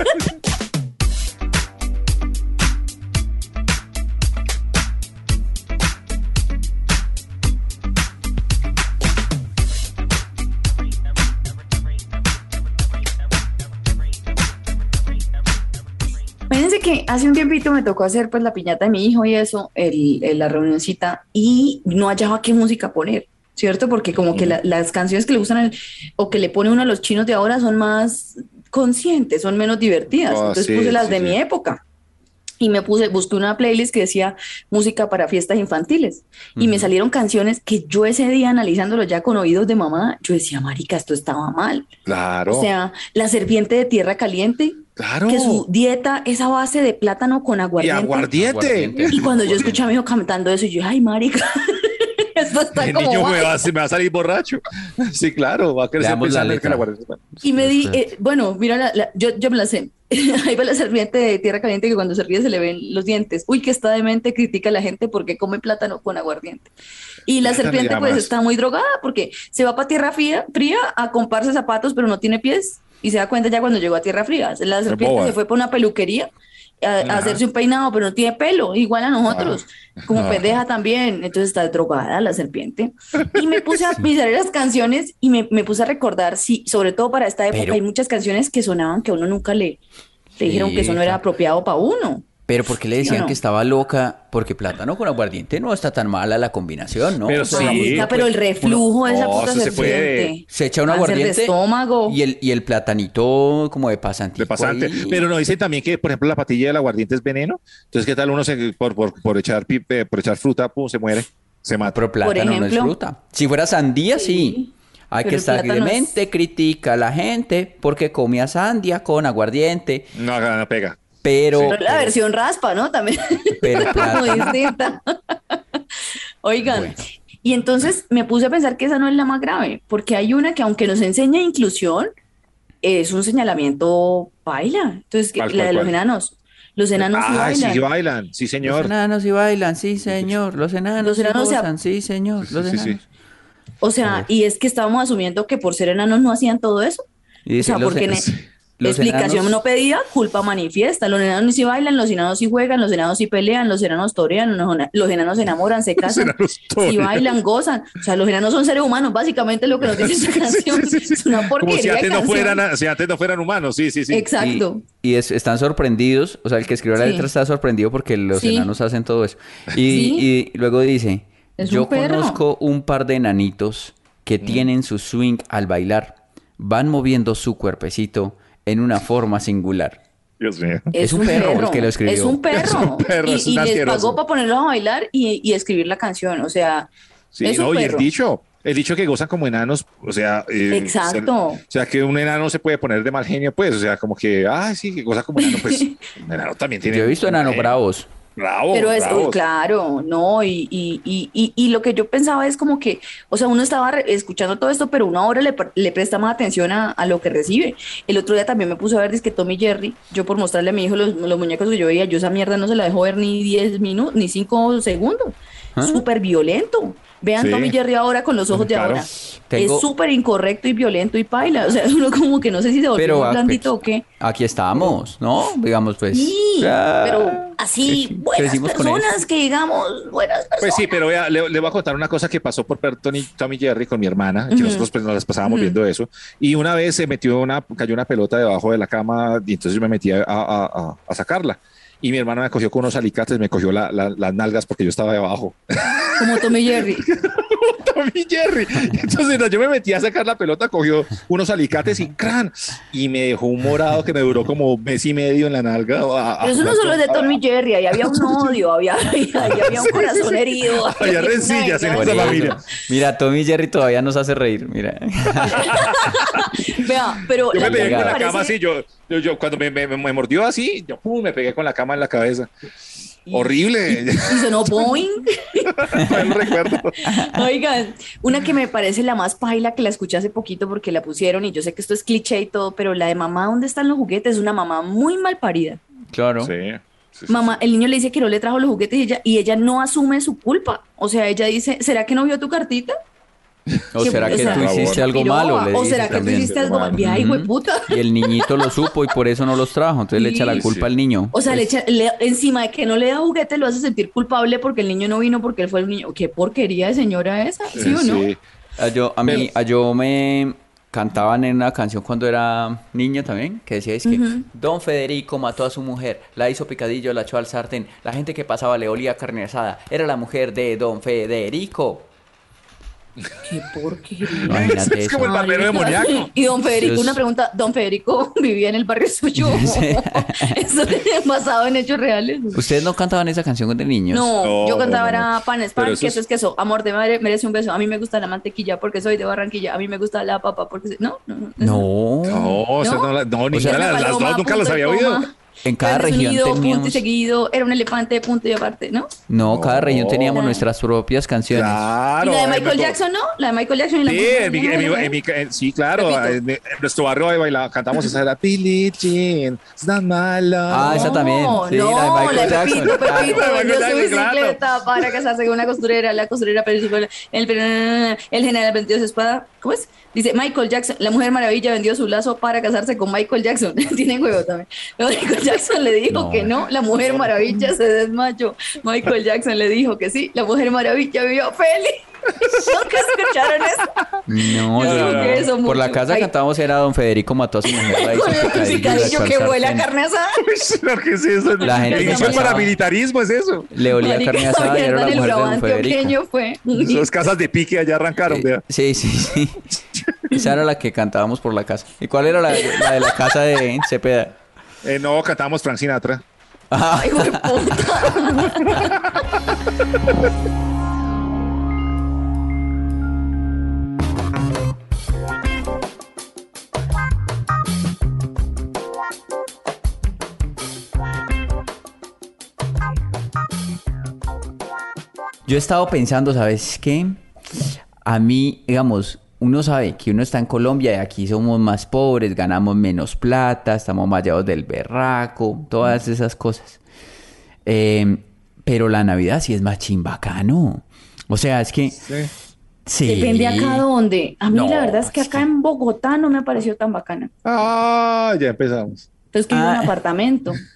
Fíjense que hace un tiempito me tocó hacer pues la piñata de mi hijo y eso, el, el- la reunioncita, y no hallaba qué música poner, ¿cierto? Porque como que la- las canciones que le gustan al- o que le pone uno a los chinos de ahora son más conscientes, son menos divertidas. Oh, Entonces sí, puse las sí, de sí. mi época. Y me puse, busqué una playlist que decía música para fiestas infantiles. Y me salieron canciones que yo ese día analizándolo ya con oídos de mamá, yo decía, marica, esto estaba mal. Claro. O sea, la serpiente de tierra caliente, claro. que su dieta es a base de plátano con Y aguardiente. aguardiente. Aguardiente. Y cuando yo escuché a mi hijo cantando eso, yo, ay, marica, esto está El como niño mal. me va, a- me va a salir borracho. Sí, claro, va a crecer Leamos la pensando que letra. la aguardiente. Y me di, eh, bueno, mira, la- la- yo, yo me la sé. Ahí va la serpiente de tierra caliente que cuando se ríe se le ven los dientes. Uy, que está demente, critica a la gente porque come plátano con aguardiente. Y la Plátano serpiente y pues llamas. está muy drogada porque se va para tierra fría, fría a comprarse zapatos, pero no tiene pies. Y se da cuenta ya cuando llegó a tierra fría. La serpiente boba. se fue para una peluquería a, a Ajá. hacerse un peinado, pero no tiene pelo, igual a nosotros. Como Ajá. pendeja también. Entonces está drogada la serpiente. Y me puse a mirar las canciones y me, me puse a recordar, sí, sobre todo para esta época, Pero- hay muchas canciones que sonaban que a uno nunca le, le dijeron Sí, que eso no era claro. apropiado para uno. Pero ¿por qué le ¿Sí o decían no? que estaba loca? Porque plátano con aguardiente no está tan mala la combinación, ¿no? Pero O sea, sí, Marica, pero pues, el reflujo de esa no, puta eso se puede. serpiente. se echa un Cáncer de aguardiente estómago. y el, y el platanito como de pasantico De pasante. ahí. Pero no dicen también que, por ejemplo, la patilla del aguardiente es veneno. Entonces, ¿qué tal uno se, por, por, por echar, pi- eh, por echar fruta, pum, se muere? Se mata. Pero plátano no es ejemplo. fruta. Si fuera sandía, sí. Sí, Hay pero que el estar plátano es- mente critica a la gente porque comía sandía con aguardiente, No, no pega. pero... Pero la versión raspa, ¿no? También Pero era como plátano. distinta. Oigan, Bueno. y entonces me puse a pensar que esa no es la más grave, porque hay una que aunque nos enseña inclusión, es un señalamiento baila. Entonces, que- ¿Cuál, la cuál, de los cuál? enanos. Los enanos sí Ah, bailan. sí bailan. Sí, Los señor. enanos sí bailan, sí señor. Los enanos, Los enanos sí se- gozan, sí señor. Sí, Los sí, sí. enanos. O sea, y es que estábamos asumiendo que por ser enanos no hacían todo eso. Y O sea, dicen, los porque en- ne- los explicación enanos- no pedida, culpa manifiesta. Los enanos sí bailan, los enanos sí juegan, los enanos sí pelean, los enanos torean, los, los enanos se enamoran, se casan, enanos sí torean. bailan, gozan. O sea, los enanos son seres humanos, básicamente lo que nos dice esta canción. Sí, sí, sí. Es una Como si porquería de antes, no canción. fueran, si antes no fueran humanos. Sí, sí, sí. Exacto. Y, y es- están sorprendidos, o sea, el que escribió la Sí. letra está sorprendido porque los Sí. enanos hacen todo eso. Y, Sí. y luego dice, Es Yo un perro. conozco un par de enanitos que tienen su swing al bailar. Van moviendo su cuerpecito en una forma singular. Dios mío. Es un perro el que lo escribió. Es un perro. Es un perro, y es y un les asqueroso. pagó para ponerlos a bailar y, y escribir la canción. O sea, Sí, es un no, y el perro. dicho, el dicho que gozan como enanos, o sea, eh, Exacto. ser- o sea, que un enano se puede poner de mal genio, pues, o sea, como que, ah, sí, que goza como enano, pues, un enano también tiene. Yo he visto enanos eh, bravos. Bravo, Pero es, bravos. uy, claro, no, y, y, y, y, y lo que yo pensaba es como que, o sea, uno estaba re- escuchando todo esto, pero uno ahora le, pre- le presta más atención a, a lo que recibe. El otro día también me puse a ver, dizque Tom y Jerry, yo por mostrarle a mi hijo los, los muñecos que yo veía, yo esa mierda no se la dejo ver ni diez minutos, ni cinco segundos. ¿Ah? Súper violento. Vean Sí. Tom y Jerry ahora con los ojos de Claro. ahora. Tengo- Es súper incorrecto y violento y paila. O sea, uno como que no sé si se volvió Pero muy ah, blandito pues, o qué. aquí estamos, ¿no? Digamos, pues. Sí, ah, pero así, creci- buenas crecimos con personas eso. que digamos, buenas personas. Pues sí, pero vea, le, le voy a contar una cosa que pasó por ver Tony, Tommy Jerry con mi hermana, que Ujú. nosotros pues nos las pasábamos viendo eso, y una vez se metió una, cayó una pelota debajo de la cama, y entonces yo me metí a, a- a- a sacarla, y mi hermana me cogió con unos alicates, me cogió la- la- las nalgas porque yo estaba debajo. Como Tom y Jerry. Tommy Jerry. Entonces no, yo me metí a sacar la pelota, cogió unos alicates y ¡cran! Y me dejó un morado que me duró como mes y medio en la nalga. Ah, Pero eso no solo es de Tom y Jerry, ahí había un odio, había, ahí había un corazón herido. Había rencillas en Por esa eso. familia. Mira, Tommy y Jerry todavía nos hace reír, mira. Vea, pero Yo me la pegué verdad con la me cama parece- así, yo, yo, yo cuando me, me, me mordió así, yo pum, me pegué con la cama en la cabeza. Horrible. Y sonó boing. No recuerdo. Oigan, una que me parece la más paila que la escuché hace poquito porque la pusieron y yo sé que esto es cliché y todo, pero la de mamá, ¿dónde están los juguetes? Es una mamá muy mal parida. Claro. Sí. sí, sí. Mamá, el niño le dice que no le trajo los juguetes y ella, y ella no asume su culpa. O sea, ella dice, ¿será que no vio tu cartita? O Que- será que o sea, tú hiciste algo piroba, malo, le o dice será que también. tú hiciste algo malo. Vieja, hijo de Ujú. puta. Y el niñito lo supo y por eso no los trajo. Entonces le echa la Sí, culpa sí. al niño. O sea, le echa, le- encima de que no le da juguete, lo hace sentir culpable porque el niño no vino porque él fue el niño. ¿Qué porquería de señora esa? ¿Sí o no? Sí. A yo, a mí, a yo me cantaban en una canción cuando era niño también, que decía es que Don Federico mató a su mujer, la hizo picadillo, la echó al sartén, la gente que pasaba le olía carne asada, era la mujer de Don Federico. Qué porquería. Imagínate Es eso. como el barbero demoníaco. Y don Federico, Dios. una pregunta, ¿don Federico vivía en el barrio suyo? Sí. Eso es basado en hechos reales. ¿Ustedes no cantaban esa canción de niños? No, No, yo cantaba no, no. era pan es pan, Pero eso queso es- es queso, amor de madre merece un beso, a mí me gusta la mantequilla porque soy de Barranquilla, a mí me gusta la papa porque... soy- No, no, no. No. No, o sea, ¿No? no, la- no, ninguna sea, de las, las Paloma, dos nunca los punto y había oído. coma, En cada Grande región sonido, punto y teníamos... seguido, era un elefante, punto y aparte, ¿no? No, cada región teníamos No. nuestras propias canciones. Claro. y la de eh, Michael me- Jackson, ¿no? La de Michael Jackson y la Sí, mujer, en mi- ¿no? en mi- ¿no? en mi- en- sí, claro. Repito. En, mi- en nuestro barrio de bailar, cantamos esa era Billie Jean, it's not my love. Ah, esa también. Sí, no, la de Michael la de Jackson. Pepito, Ah, Pepito, la de vendió Michael su Jackson, claro. bicicleta para casarse con una costurera, la costurera principal, el, el general vendió su espada, ¿cómo es? Dice Michael Jackson, la Mujer Maravilla vendió su lazo para casarse con Michael Jackson. Tiene huevo también. Pero Michael Jackson le dijo No. que no, la Mujer Maravilla se desmayó. Michael Jackson le dijo que sí, la Mujer Maravilla vivió feliz. ¿Nunca escucharon eso? No, Yo yo- digo que eso por la mucho. casa Ay. cantábamos era Don Federico mató a su mujer. La hizo Con el picadillo y la picadillo echó al que huele a sartén. carne asada. Claro, ¿qué es eso? La gente El que inicio del pasaba- paramilitarismo es eso. Le olía Marica, carne asada y era la el mujer de bravo Don Federico. antioqueño fue. Esas casas de pique allá arrancaron, vea. Sí, sí, sí. Esa era la que cantábamos por la casa. ¿Y cuál era la, la de la casa de Cepeda? Eh, no, cantamos Frank Sinatra. Ay, hijo de puta. Yo he estado pensando, ¿sabes qué? A mí, digamos, uno sabe que uno está en Colombia y aquí somos más pobres, ganamos menos plata, estamos mallados del berraco, todas esas cosas. Eh, pero la Navidad sí es más chimbacano. O sea, es que... Sí. Depende acá dónde. A mí No, la verdad es que es acá que- en Bogotá no me pareció tan bacana. Ah, ya empezamos. Entonces que vivo en Ah. un apartamento.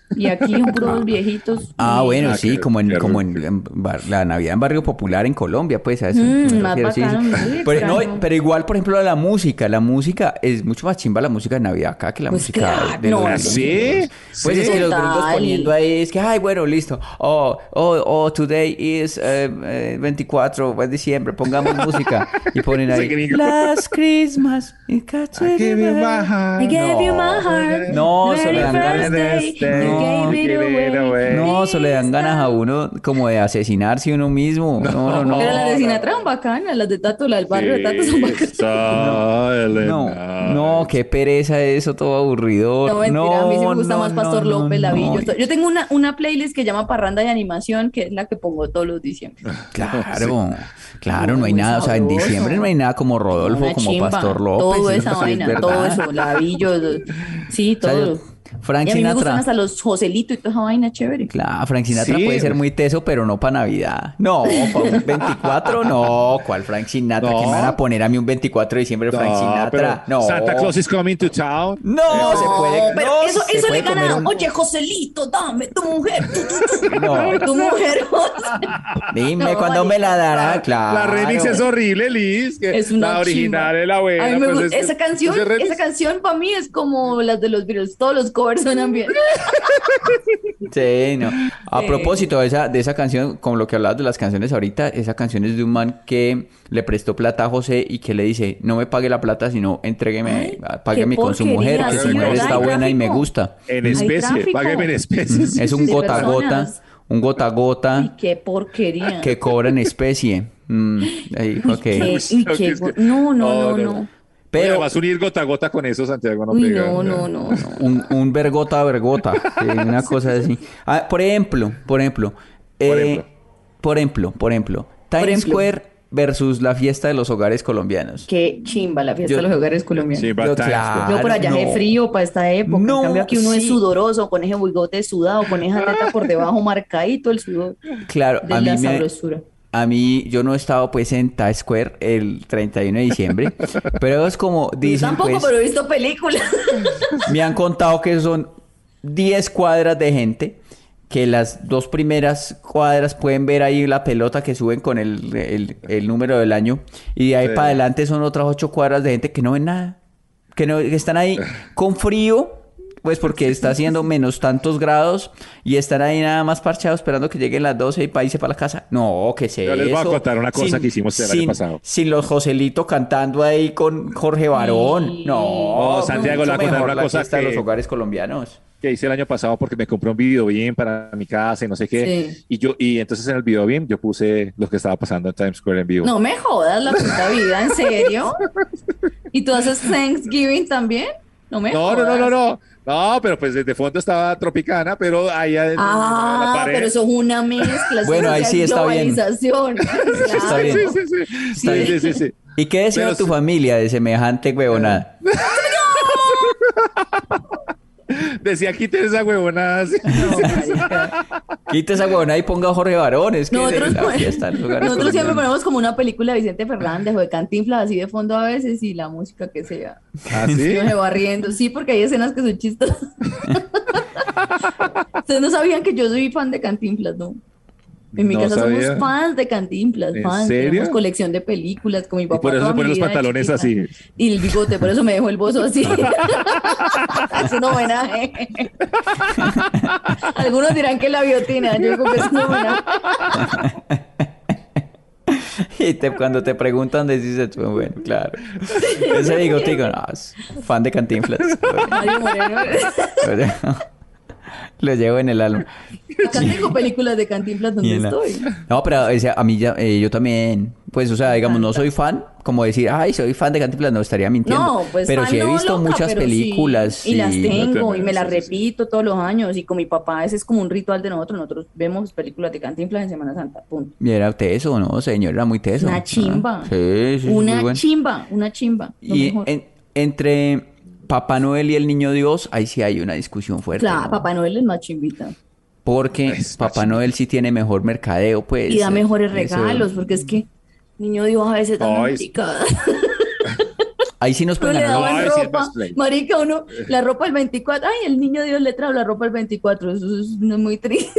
Y aquí son puros viejitos. Ah, y- bueno, Ah, sí, qué- como en, qué como rico. en, en bar- la Navidad en Barrio Popular en Colombia, pues a eso Mm, me más refiero, sí, bacano, sí. muy Pero, no, extraño. pero igual, por ejemplo, la música, la música es mucho más chimba la música de Navidad acá que la Pues música claro, de los no, gringos. ¿sí? Pues es que los gringos Total. poniendo ahí, es que, ay, bueno, listo. Oh, oh, oh, today is eh, eh, veinticuatro de diciembre, pongamos música. Y ponen Ese ahí, gringo. Last Christmas. it got to I gave you be my there". heart. I gave you my heart. No, the eso le very dan first ganas. day, Este, you no, gave it give it away. away. No, eso le dan ganas a uno como de asesinarse uno mismo. No, no, no. Pero las de Sinatra son bacanas, las de Tato, las del barrio de Tato son bacanas. No, no, qué pereza eso, todo aburrido. No, mentira, a mí sí me gusta no, más Pastor no, López, no, Lavillo. no. Yo tengo una, una playlist que llama Parranda de Animación, que es la que pongo todos los diciembre. Claro, claro, no hay Muy nada. O sea, en sabroso. diciembre no hay nada como Rodolfo, Una como chimba, Pastor López. todo eso esa sí es vaina, verdad. todo eso, Lavillo, sí, O sea, todo. yo- Frank Y a mí me gustan Sinatra. hasta los Joselito y toda esa vaina chévere. Claro, Frank Sinatra Sí. puede ser muy teso, pero no para Navidad. No, para un veinticuatro, no. ¿Cuál Frank Sinatra? No. ¿Qué me van a poner a mí un veinticuatro de diciembre Frank Sinatra? No. Santa Claus is coming to town. No, se puede. Pero no, eso, se eso puede le comer gana. un- Oye, Joselito, dame tu mujer. Tu, tu, tu. No. Dame tu mujer, José. Dime No, cuándo me la marica. dará, claro. La remix es horrible, Liz. Que Es una la original chimba. es la buena. A mí me pues, gusta. es- Esa canción, ese remix- esa canción para mí es como las de los Beatles. Todos los covers suenan bien. Sí, no. A Sí. propósito de esa, de esa canción, como lo que hablabas de las canciones ahorita, esa canción es de un man que le prestó plata a José y que le dice, no me pague la plata, sino entrégueme, Ay, págueme qué con su mujer, porquería, que su sí, mujer ¿verdad? está Hay buena y me tráfico. gusta. En Hay especie, tráfico. págame en especie. sí, Es un de gota a gota, personas. un gota a Ay, gota qué porquería. que cobra en especie. Mm, ahí, ok. Qué- uy, Uy, qué es que- go- no, no, Oh, no, no. no. Pero Pero vas a unir gota a gota con eso, Santiago. No Uy, pega. no, no, no, no. un, un vergota a vergota, sí, una cosa así. Ah, por ejemplo, por ejemplo, Por eh, ejemplo. por ejemplo, por ejemplo, Times ejemplo. Square versus la fiesta de los hogares colombianos. Qué chimba la fiesta Yo- de los hogares colombianos. Sí, bad Yo, times, claro. pues. Yo por allá no. hace frío para esta época. No, en cambio aquí uno es sí. sudoroso, con ese bigote sudado, con esa teta por debajo marcadito el sudor Claro, de a mí la me, sabrosura. a mí yo no he estado pues en Times Square el treinta y uno de diciembre, pero es como Yo dicen tampoco, pues, pero he visto películas. me han contado que son diez cuadras de gente, que las dos primeras cuadras pueden ver ahí la pelota que suben con el, el, el número del año, y de ahí Sí. para adelante son otras ocho cuadras de gente que no ven nada, que, no, que están ahí con frío, pues porque está haciendo menos tantos grados, y están ahí nada más parchados esperando que lleguen las doce y para irse para la casa. No, ¿qué sé Yo les voy a eso? contar una cosa Sin- que hicimos el año sin- pasado. Sin los Joselito cantando ahí con Jorge Barón. Sí. No, No, Santiago, le voy a mucho contar mejor una la cosa fiesta de que- los hogares colombianos. Que hice el año pasado porque me compré un video bien para mi casa y no sé qué. Sí. Y yo, y entonces en el video bien yo puse lo que estaba pasando en Times Square en vivo. No me jodas la puta vida, ¿en serio? ¿Y tú haces Thanksgiving también? No me no, no, jodas. no, no, no. No, pero pues desde fondo estaba Tropicana, pero ahí adentro, en la Ah, pared. pero eso es una mezcla. eso Bueno, ahí ya sí es está bien. globalización. Está Claro. bien. Sí, sí, sí. Sí, sí, sí, sí. ¿Y qué decía Pero tu sí. familia de semejante huevonada? Decía, quiten esa huevona. así. No, marica. Quita esa huevonada y ponga a Jorge Barón. Es que Nosotros, la fiesta de los hogares nosotros siempre colombianos. ponemos como una película de Vicente Fernández o de Cantinflas así de fondo a veces y la música que sea. ¿Ah, sí? Yo me va riendo. Sí, porque hay escenas que son chistosas. Ustedes no sabían que yo soy fan de Cantinflas, ¿no? En mi No casa sabía. somos fans de Cantinflas, ¿En fans. serio? Tenemos colección de películas con mi papá. por eso toda se mi ponen los vida de pantalones chiquita. así. Y el bigote, por eso me dejó el bozo así. Es un homenaje. Algunos dirán que la biotina, yo creo que es un homenaje. Y te- cuando te preguntan, decís, tú, bueno, claro. Ese bigotico, no, es fan de Cantinflas. Mario Moreno. Lo llevo en el alma. Acá tengo películas de Cantinflas donde Y en la- estoy. No, pero o sea, a mí ya, eh, yo también, pues, o sea, digamos, no soy fan, como decir, ay, soy fan de Cantinflas, no estaría mintiendo. No, pues pero fan sí he no, visto loca, muchas pero películas. sí. Y las tengo y me las Sí, sí, sí. repito todos los años. Y con mi papá ese es como un ritual de nosotros. Nosotros vemos películas de Cantinflas en Semana Santa. Punto. Y era teso, ¿no? Señor, era muy teso. Una chimba. Ah, sí, sí, muy Una bueno. chimba, una chimba. Lo Y mejor. en- entre Papá Noel y el Niño Dios, ahí sí hay una discusión fuerte. Claro, ¿no? Papá Noel es más chimbita. Porque Es Papá más Noel sí tiene mejor mercadeo, pues. Y da mejores eso- regalos, porque es que Niño Dios a veces da Ay, una sí. maricada. Ahí sí nos Pero pueden le ganar. daban No, ese es ropa, más play. marica, uno, la ropa del veinticuatro, ay, el niño Dios le trajo la ropa del veinticuatro, eso es no, muy triste.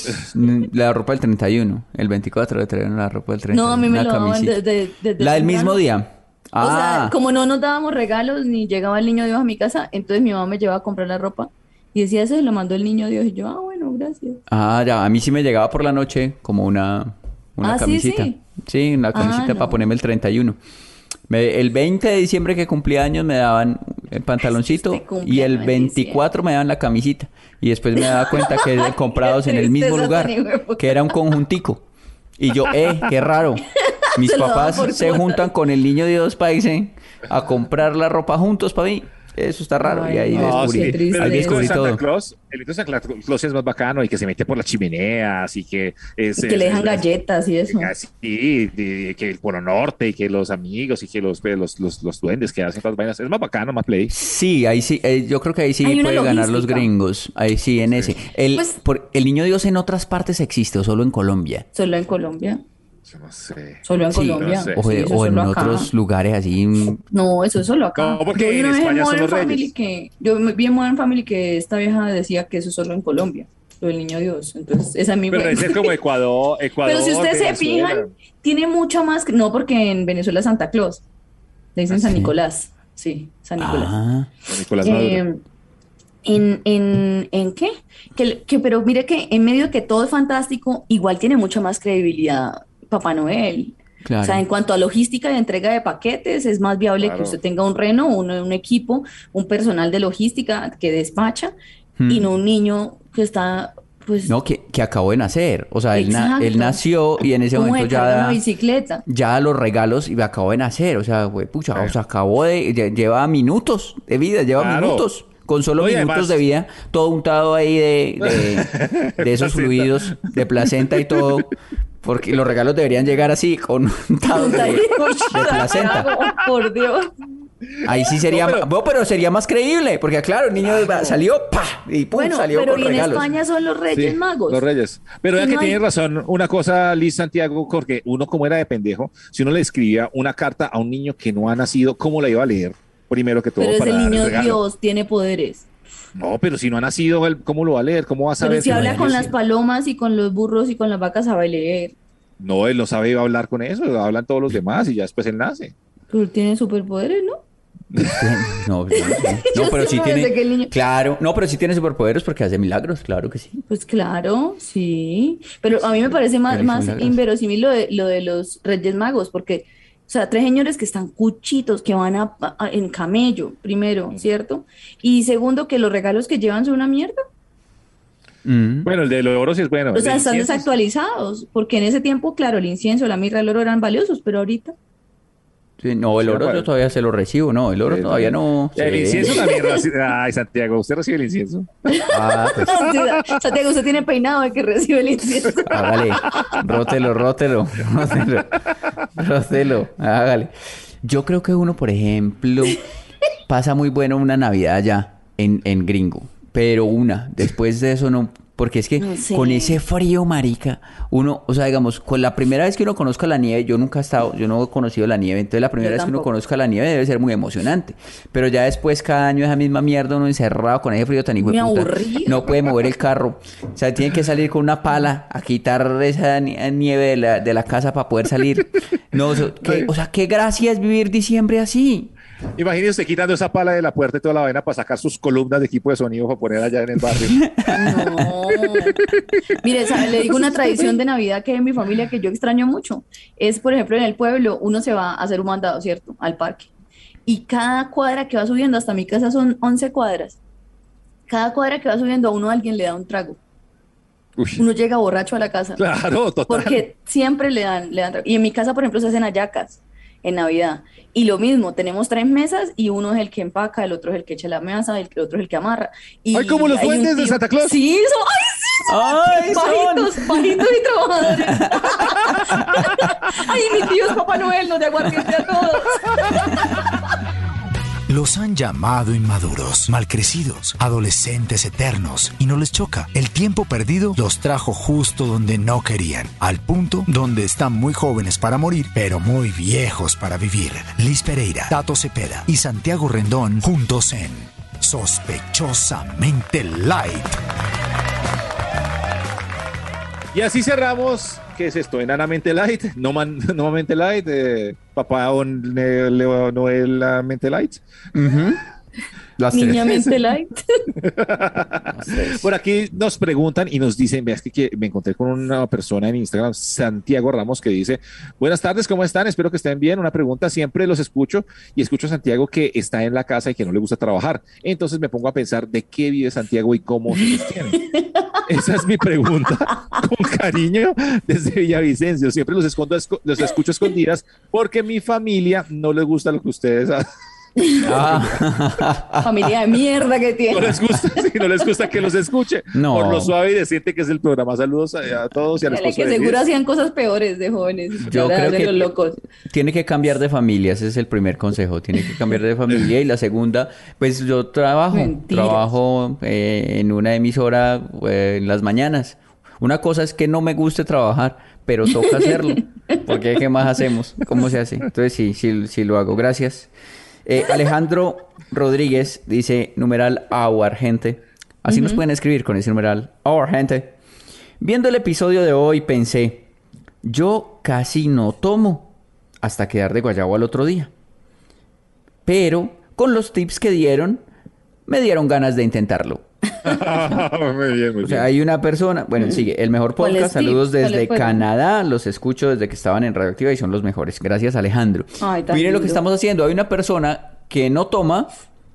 La ropa del treinta y uno. El veinticuatro le trajeron la ropa del treinta y uno. No, a mí me la lo daban camisita. desde, desde La del temprano. mismo día. Ah, O sea, como no nos dábamos regalos ni llegaba el niño Dios a mi casa, entonces mi mamá me llevaba a comprar la ropa y decía, eso se lo mandó el niño Dios. Y yo, ah, bueno, gracias. ah, ya. A mí sí me llegaba por la noche como una, una Ah, ¿sí, camisita. sí? Sí, una camisita no. para ponerme el treinta y uno. Me- el veinte de diciembre que cumplía años me daban el pantaloncito Este cumpleaños y el en veinticuatro me daban la camisita. Y después me daba cuenta que eran comprados en el mismo tristeza lugar, tan hijueputa. que era un conjuntico. Y yo, eh, qué raro. Mis Se lo daban papás por se cuotas. juntan con el niño de dos países a comprar la ropa juntos para mí. Eso está raro. Ay, y ahí no, descubrí, qué triste. Pero ahí el mito de descubrí Santa todo. Claus, el mito de Santa Claus es más bacano y que se mete por las chimeneas y que es, Y que le es- dejan es- galletas y eso. Sí, y que el Polo Norte y que los amigos y que los, pues, los, los, los duendes que hacen todas las vainas. Es más bacano, más play. Sí, ahí sí, eh, yo creo que ahí sí Hay una puede ganar los logística. gringos. Ahí sí, en ese. El, Pues- por- el niño Dios en otras partes existe o solo en Colombia. Solo en Colombia. Yo no sé. Solo en Sí, Colombia. no sé. O, Sí, de- eso o es en solo acá. otros lugares así. mm, No, eso es solo acá. No, porque yo vi en una vez España en son Modern los Family reyes. que yo me vi en Modern Family que esta vieja decía que eso es solo en Colombia, lo del niño Dios. Entonces, esa es mi Pero buena. ese es como Ecuador, Ecuador. Pero si ustedes se Venezuela. fijan, tiene mucho más, que- no porque en Venezuela es Santa Claus, le dicen ¿Ah, San sí? Nicolás, sí, San Nicolás. Ah, Nicolás Maduro. Eh, en, en, ¿en qué? Que, que, pero mire que en medio de que todo es fantástico, igual tiene mucha más credibilidad Papá Noel. claro. O sea, en cuanto a logística y entrega de paquetes, es más viable Claro. que usted tenga un reno, un, un equipo, un personal de logística que despacha Hmm. y no un niño que está, pues, No, que, que acabó de nacer. O sea, él, na- Exacto. él nació y en ese como momento de cargar ya, una bicicleta. ya los regalos y acabó de nacer. O sea, güey, pucha, o sea, acabó de. lle- Lleva minutos de vida, lleva Claro. minutos. Con solo No, y minutos además- de vida, todo untado ahí de, de, de esos Placenta. fluidos, de placenta y todo. Porque los regalos deberían llegar así, con untados de, de placenta. Oh, por Dios. Ahí sí sería, No, ma- pero- bueno, pero sería más creíble, porque claro, el niño va- salió, pa, y pum, Bueno, salió pero con y en regalos. España son los Reyes Sí, Magos. Los Reyes. Pero ya Y que no hay- tiene razón una cosa, Liz Santiago, porque uno como era de pendejo, si uno le escribía una carta a un niño que no ha nacido, ¿cómo la iba a leer? Primero que todo Pero es para el dar niño regalo. Dios, tiene poderes. No, pero si no ha nacido, él, ¿cómo lo va a leer? ¿Cómo va a saber? Pero si no habla ha con las nacido? palomas y con los burros y con las vacas, sabe leer. No, él no sabe hablar con eso, hablan todos los demás y ya después él nace. Pero tiene superpoderes, ¿no? No, no, no, Yo no, pero sí siempre tiene, pensé que el niño- claro, no, pero sí tiene superpoderes porque hace milagros, claro que sí. Pues claro, sí. Pero a mí me parece más, Pero hizo más milagros. inverosímil lo de, lo de los Reyes Magos, porque, o sea, tres señores que están cuchitos, que van a, a- en camello, primero, ¿cierto? Y segundo, que los regalos que llevan son una mierda. Mm. Bueno, el de los oro sí es bueno. O el sea, de están incienso- desactualizados, porque en ese tiempo, claro, el incienso, la mirra, el oro eran valiosos, pero ahorita. Sí, no, el Sí, oro bueno. yo todavía se lo recibo, no, el oro Sí, todavía no. El Sí. incienso también. reci- Ay, Santiago, ¿usted recibe el incienso? Ah, pues, Santiago, usted tiene peinado de que recibe el incienso. hágale, rótelo, rótelo, rótelo, rótelo, hágale. Yo creo que uno, por ejemplo, pasa muy bueno una Navidad allá en, en gringo, pero una, después de eso no, porque es que No sé. con ese frío, marica, uno, o sea, digamos, con la primera vez que uno conozca la nieve, yo nunca he estado, yo no he conocido la nieve, entonces la primera Yo vez que uno tampoco. conozca la nieve debe ser muy emocionante, pero ya después cada año esa misma mierda uno encerrado con ese frío tan hijo de Muy puta, aburrido. no puede mover el carro, o sea, tiene que salir con una pala a quitar esa ni- nieve de la, de la casa para poder salir. No, o sea, qué, o sea, qué gracia es vivir diciembre así. Imagínese usted quitando esa pala de la puerta y toda la vaina para sacar sus columnas de equipo de sonido para poner allá en el barrio. No. Mire, ¿sabe? Le digo una tradición de Navidad que hay en mi familia que yo extraño mucho. Es, por ejemplo, en el pueblo, uno se va a hacer un mandado, ¿cierto? Al parque. Y cada cuadra que va subiendo, hasta mi casa son once cuadras. Cada cuadra que va subiendo a uno alguien le da un trago. Uy, Uno llega borracho a la casa. claro, total. Porque siempre le dan, le dan trago. Y en mi casa, por ejemplo, se hacen hallacas en Navidad. Y lo mismo, tenemos tres mesas y uno es el que empaca, el otro es el que echa la mesa, el otro es el que amarra. Y Ay, como los hay un duendes de tío- Santa Claus. Sí, son, ay, sí, ¡Ay, bajitos, bajitos y trabajadores. Ay, mi tío es Papá Noel, nos de aguardiente a todos. Los han llamado inmaduros, malcrecidos, adolescentes eternos, y no les choca. El tiempo perdido los trajo justo donde no querían, al punto donde están muy jóvenes para morir, pero muy viejos para vivir. Liz Pereira, Tato Cepeda y Santiago Rendón juntos en Sospechosamente Light. Y así cerramos. ¿Qué es esto? Enanamente Light, no man, Nuevamente Light, eh, Papá Noelamente Light. Uh-huh. Niñamente Light. Por aquí nos preguntan y nos dicen, veas que, que me encontré con una persona en Instagram, Santiago Ramos, que dice: buenas tardes, ¿cómo están? Espero que estén bien. Una pregunta, siempre los escucho y escucho a Santiago que está en la casa y que no le gusta trabajar. Entonces me pongo a pensar de qué vive Santiago y cómo se sostiene. Esa es mi pregunta, con cariño, desde Villavicencio. Siempre los, escondo, los escucho escondidas porque mi familia no les gusta lo que ustedes hacen. Ah. Familia de mierda que tiene. No les gusta, sí, no les gusta que los escuche. No. Por lo suave y decente que es el programa. Saludos a, a todos y a los Que seguro hacían cosas peores de jóvenes. Yo creo que los locos. Tiene que cambiar de familia, ese es el primer consejo. Tiene que cambiar de familia. Y la segunda, pues yo trabajo, Mentiras. trabajo eh, en una emisora eh, en las mañanas. Una cosa es que no me guste trabajar, pero toca hacerlo. Porque ¿qué más hacemos? ¿Cómo se hace? Entonces sí, sí, sí lo hago. Gracias. Eh, Alejandro Rodríguez dice, numeral our gente. Así uh-huh. nos pueden escribir con ese numeral, our gente. Viendo el episodio de hoy pensé, yo casi no tomo hasta quedar de guayabo al otro día. Pero con los tips que dieron, me dieron ganas de intentarlo. Muy bien, muy o sea, bien. hay una persona, bueno, mm. sigue, el mejor podcast, saludos desde Canadá, los escucho desde que estaban en Radioactiva y son los mejores. Gracias, Alejandro. Ay, miren lindo. lo que estamos haciendo, hay una persona que no toma,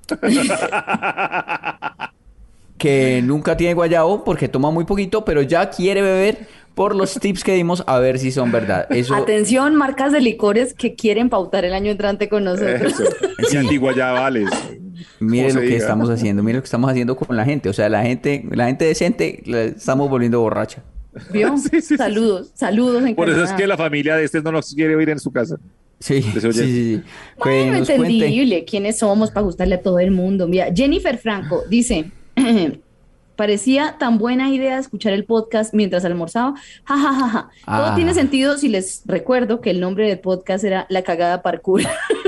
que nunca tiene guayabo porque toma muy poquito, pero ya quiere beber por los tips que dimos, a ver si son verdad. Eso... Atención, marcas de licores que quieren pautar el año entrante con nosotros. Eso. Y antiguayabales. Mire lo que diga. estamos haciendo, mire lo que estamos haciendo con la gente. O sea, la gente, la gente decente la estamos volviendo borracha. ¿Vio? Sí, sí, sí. Saludos, saludos en Por eso Canadá. es que la familia de este no nos quiere oír en su casa. Sí, sí, sí, sí. Bueno, Que nos entendible. cuente. ¿Quiénes somos para gustarle a todo el mundo? Mira, Jennifer Franco dice... Parecía tan buena idea escuchar el podcast mientras almorzaba. Ja, ja, ja, ja. Ah. Todo tiene sentido si les recuerdo que el nombre del podcast era La Cagada Parkour.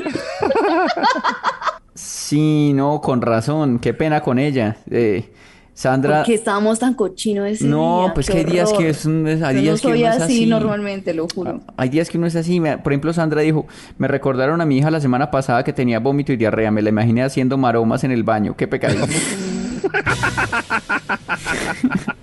Sí, no, con razón. Qué pena con ella. Eh, Sandra... Porque estábamos tan cochinos ese No, día. pues qué que hay días horror. que es un... Hay Yo días no soy que uno es así, así normalmente, lo juro. Hay días que uno es así. Me- Por ejemplo, Sandra dijo, me recordaron a mi hija la semana pasada que tenía vómito y diarrea. Me la imaginé haciendo maromas en el baño. Qué pecadito.